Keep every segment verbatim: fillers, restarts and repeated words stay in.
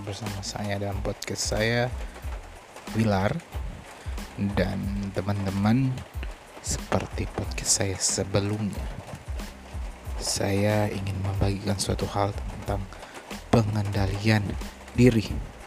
bersama saya dalam podcast saya, Wilar. Dan teman-teman, seperti podcast saya sebelumnya, saya ingin membagikan suatu hal tentang pengendalian diri.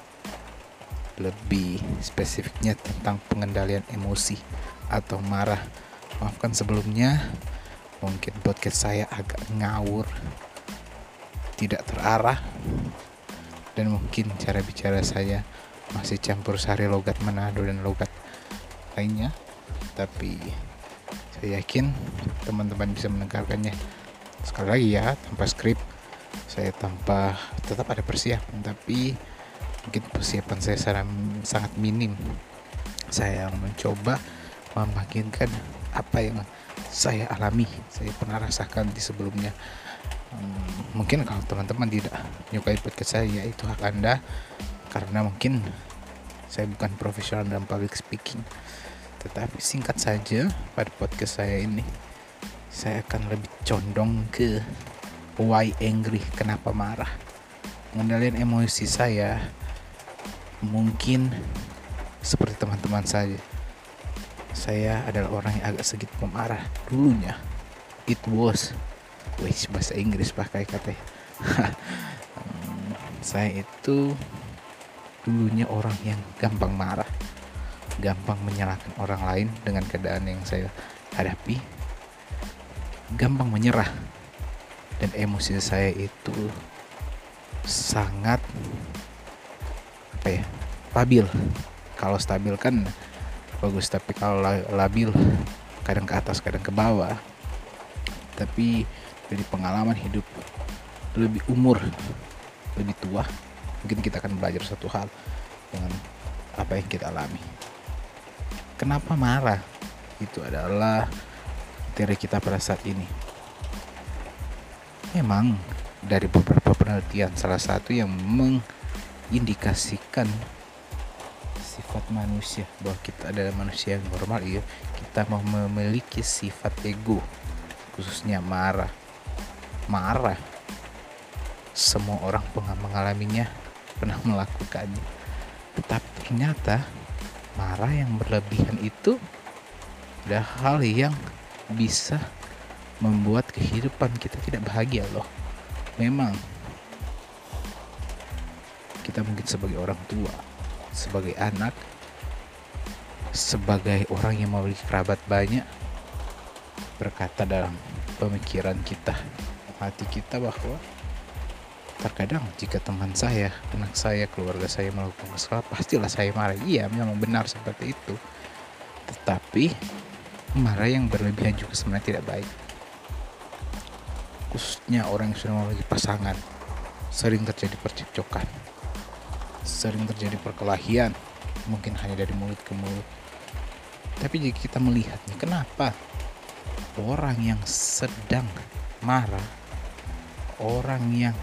Lebih spesifiknya tentang pengendalian emosi atau marah. Maafkan sebelumnya, mungkin podcast saya agak ngawur, tidak terarah, dan mungkin cara bicara saya masih campur sari logat Manado dan logat lainnya. Tapi saya yakin teman-teman bisa mendengarkannya. Sekali lagi ya, tanpa skrip, saya tanpa tetap ada persiapan, tapi mungkin persiapan saya sangat, sangat minim. Saya mencoba membagikan apa yang saya alami, saya pernah rasakan di sebelumnya. Hmm, mungkin kalau teman-teman tidak menyukai podcast saya, itu hak Anda, karena mungkin saya bukan profesional dalam public speaking. Tetapi singkat saja, pada podcast saya ini saya akan lebih condong ke why angry, kenapa marah. Pengendalian emosi saya mungkin seperti teman-teman saja. Saya adalah orang yang agak sedikit pemarah dulunya. It was Wih, bahasa Inggris pakai kata. hmm, Saya itu dulunya orang yang gampang marah, gampang menyalahkan orang lain dengan keadaan yang saya hadapi, gampang menyerah, dan emosi saya itu sangat apa ya, labil. Kalau stabil kan bagus, tapi kalau labil kadang ke atas, kadang ke bawah. Tapi dari pengalaman hidup, lebih umur, lebih tua, mungkin kita akan belajar satu hal dengan apa yang kita alami. Kenapa marah? Itu adalah materi kita pada saat ini. Memang dari beberapa penelitian, salah satu yang mengindikasikan sifat manusia bahwa kita adalah manusia yang normal, ya, kita mau memiliki sifat ego, khususnya marah. Marah, semua orang pernah mengalaminya, pernah melakukannya. Tetapi ternyata marah yang berlebihan itu ada hal yang bisa membuat kehidupan kita tidak bahagia loh. Memang kita mungkin sebagai orang tua, sebagai anak, sebagai orang yang memiliki kerabat banyak, berkata dalam pemikiran kita, hati kita, bahwa terkadang jika teman saya, anak saya, keluarga saya melakukan kesalahan, pastilah saya marah. Iya, memang benar seperti itu. Tetapi marah yang berlebihan juga sebenarnya tidak baik. Khususnya orang yang sudah memiliki pasangan, sering terjadi percekcokan, sering terjadi perkelahian, mungkin hanya dari mulut ke mulut. Tapi jika kita melihatnya, kenapa orang yang sedang marah, orang yang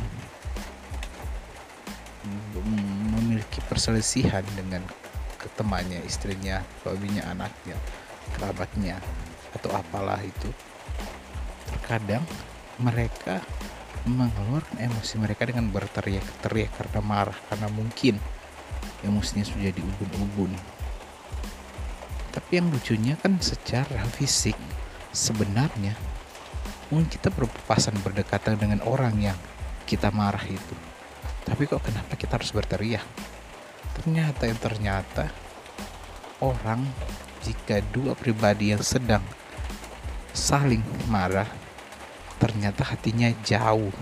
memiliki perselisihan dengan temannya, istrinya, suaminya, anaknya, kerabatnya, atau apalah itu, terkadang mereka mengeluarkan emosi mereka dengan berteriak-teriak karena marah, karena mungkin emosinya sudah di ubun-ubun. Tapi yang lucunya kan, secara fisik sebenarnya mungkin kita berpapasan, berdekatan dengan orang yang kita marah itu, tapi kok kenapa kita harus berteriak? Ternyata yang ternyata orang, jika dua pribadi yang sedang saling marah, ternyata hatinya jauh.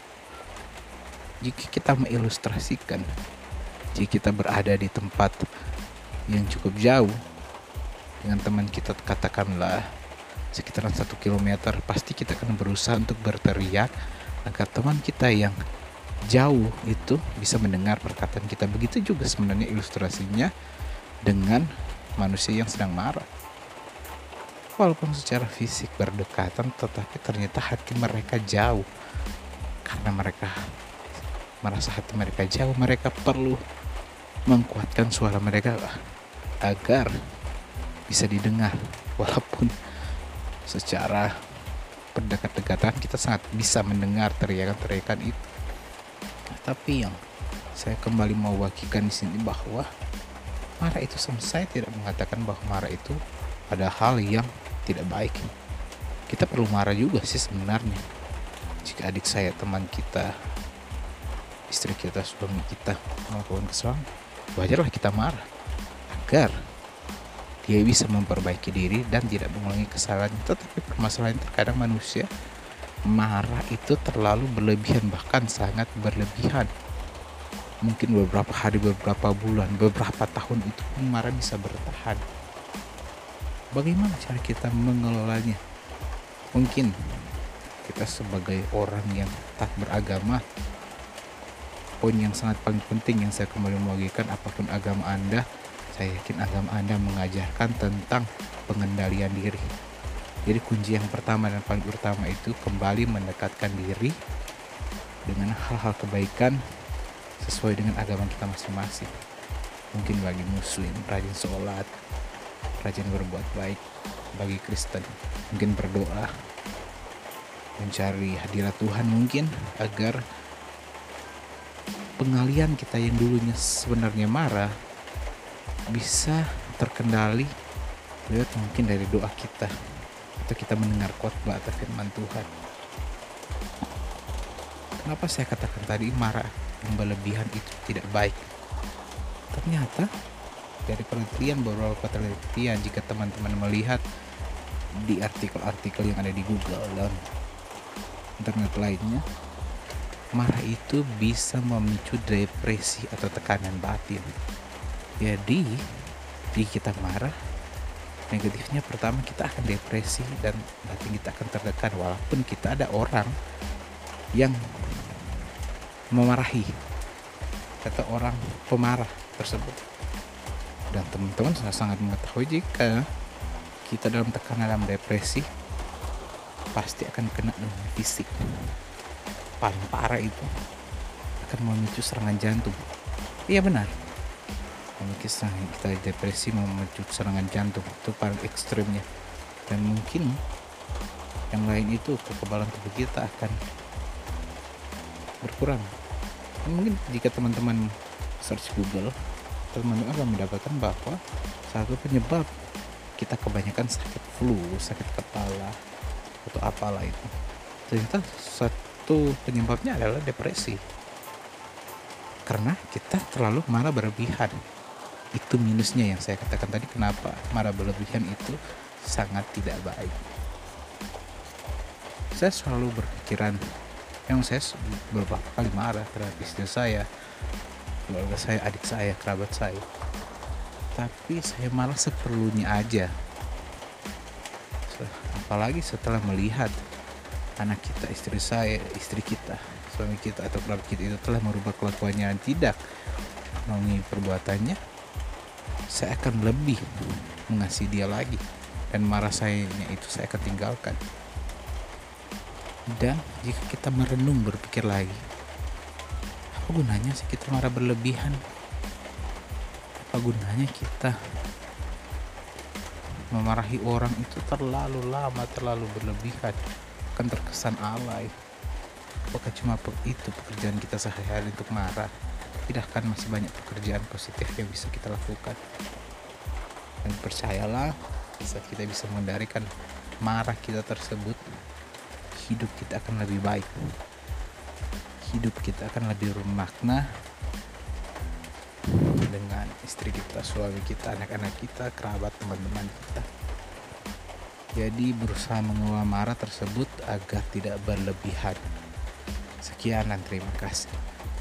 Jika kita mengilustrasikan, jika kita berada di tempat yang cukup jauh dengan teman kita, katakanlah sekitaran satu kilometer, pasti kita akan berusaha untuk berteriak agar teman kita yang jauh itu bisa mendengar perkataan kita. Begitu juga sebenarnya ilustrasinya dengan manusia yang sedang marah. Walaupun secara fisik berdekatan, tetapi ternyata hati mereka jauh. Karena mereka merasa hati mereka jauh, mereka perlu menguatkan suara mereka agar bisa didengar. Walaupun secara berdekat-dekatan kita sangat bisa mendengar teriakan-teriakan itu, tapi yang Saya kembali mau bagikan di sini bahwa marah itu sama saya tidak mengatakan bahwa marah itu ada hal yang tidak baik. Kita perlu marah juga sih sebenarnya. Jika adik saya, teman kita, istri kita, suami kita melakukan kesalahan, wajarlah kita marah agar dia bisa memperbaiki diri dan tidak mengulangi kesalahan. Tetapi permasalahan terkadang manusia marah itu terlalu berlebihan, bahkan sangat berlebihan. Mungkin beberapa hari, beberapa bulan, beberapa tahun itu pun marah bisa bertahan. Bagaimana cara kita mengelolanya? Mungkin kita sebagai orang yang tak beragama, poin yang sangat paling penting yang saya kembali membagikan, apapun agama Anda, saya yakin agama Anda mengajarkan tentang pengendalian diri. Jadi kunci yang pertama dan paling utama itu kembali mendekatkan diri dengan hal-hal kebaikan sesuai dengan agama kita masing-masing. Mungkin bagi muslim rajin sholat, rajin berbuat baik. Bagi Kristen mungkin berdoa, mencari hadirat Tuhan mungkin, agar pengalian kita yang dulunya sebenarnya marah bisa terkendali lewat mungkin dari doa kita, atau kita mendengar khotbah atau firman Tuhan. Kenapa saya katakan tadi marah yang berlebihan itu tidak baik? Ternyata dari penelitian, beberapa penelitian, jika teman-teman melihat di artikel-artikel yang ada di Google dan internet lainnya, marah itu bisa memicu depresi atau tekanan batin. Jadi jika kita marah, negatifnya pertama kita akan depresi dan batin kita akan tertekan, walaupun kita ada orang yang memarahi atau orang pemarah tersebut. Dan teman-teman saya sangat mengetahui jika kita dalam tekanan, dalam depresi, pasti akan kena dengan fisik. Paling parah itu akan memicu serangan jantung. Iya benar, mungkin kita depresi memicu serangan jantung, itu paling ekstrimnya. Dan mungkin yang lain itu kekebalan tubuh kita akan berkurang. Mungkin jika teman-teman search Google, teman-teman akan mendapatkan bahwa satu penyebab kita kebanyakan sakit flu, sakit kepala, atau apalah itu, ternyata satu penyebabnya adalah depresi, karena kita terlalu marah berlebihan. Itu minusnya yang saya katakan tadi, kenapa marah berlebihan itu sangat tidak baik. Saya selalu berpikiran, yang saya beberapa kali marah terhadap istri saya, keluarga saya, adik saya, kerabat saya, tapi saya malah seperlunya aja. Apalagi setelah melihat anak kita, istri saya, istri kita, suami kita atau kerabat kita itu telah merubah kelakuannya dan tidak mengulangi perbuatannya, saya akan lebih mengasihi dia lagi, dan marah sayanya itu saya akan tinggalkan. Dan jika kita merenung, berpikir lagi, apa gunanya sih kita marah berlebihan? Apa gunanya kita memarahi orang itu terlalu lama, terlalu berlebihan? Akan terkesan alay. Apakah cuma itu pekerjaan kita sehari-hari untuk marah? Tidak, kan masih banyak pekerjaan positif yang bisa kita lakukan. Dan percayalah, saat kita bisa mengendalikan marah kita tersebut, hidup kita akan lebih baik, hidup kita akan lebih bermakna dengan istri kita, suami kita, anak-anak kita, kerabat, teman-teman kita. Jadi berusaha mengelola marah tersebut agar tidak berlebihan. Sekian dan terima kasih.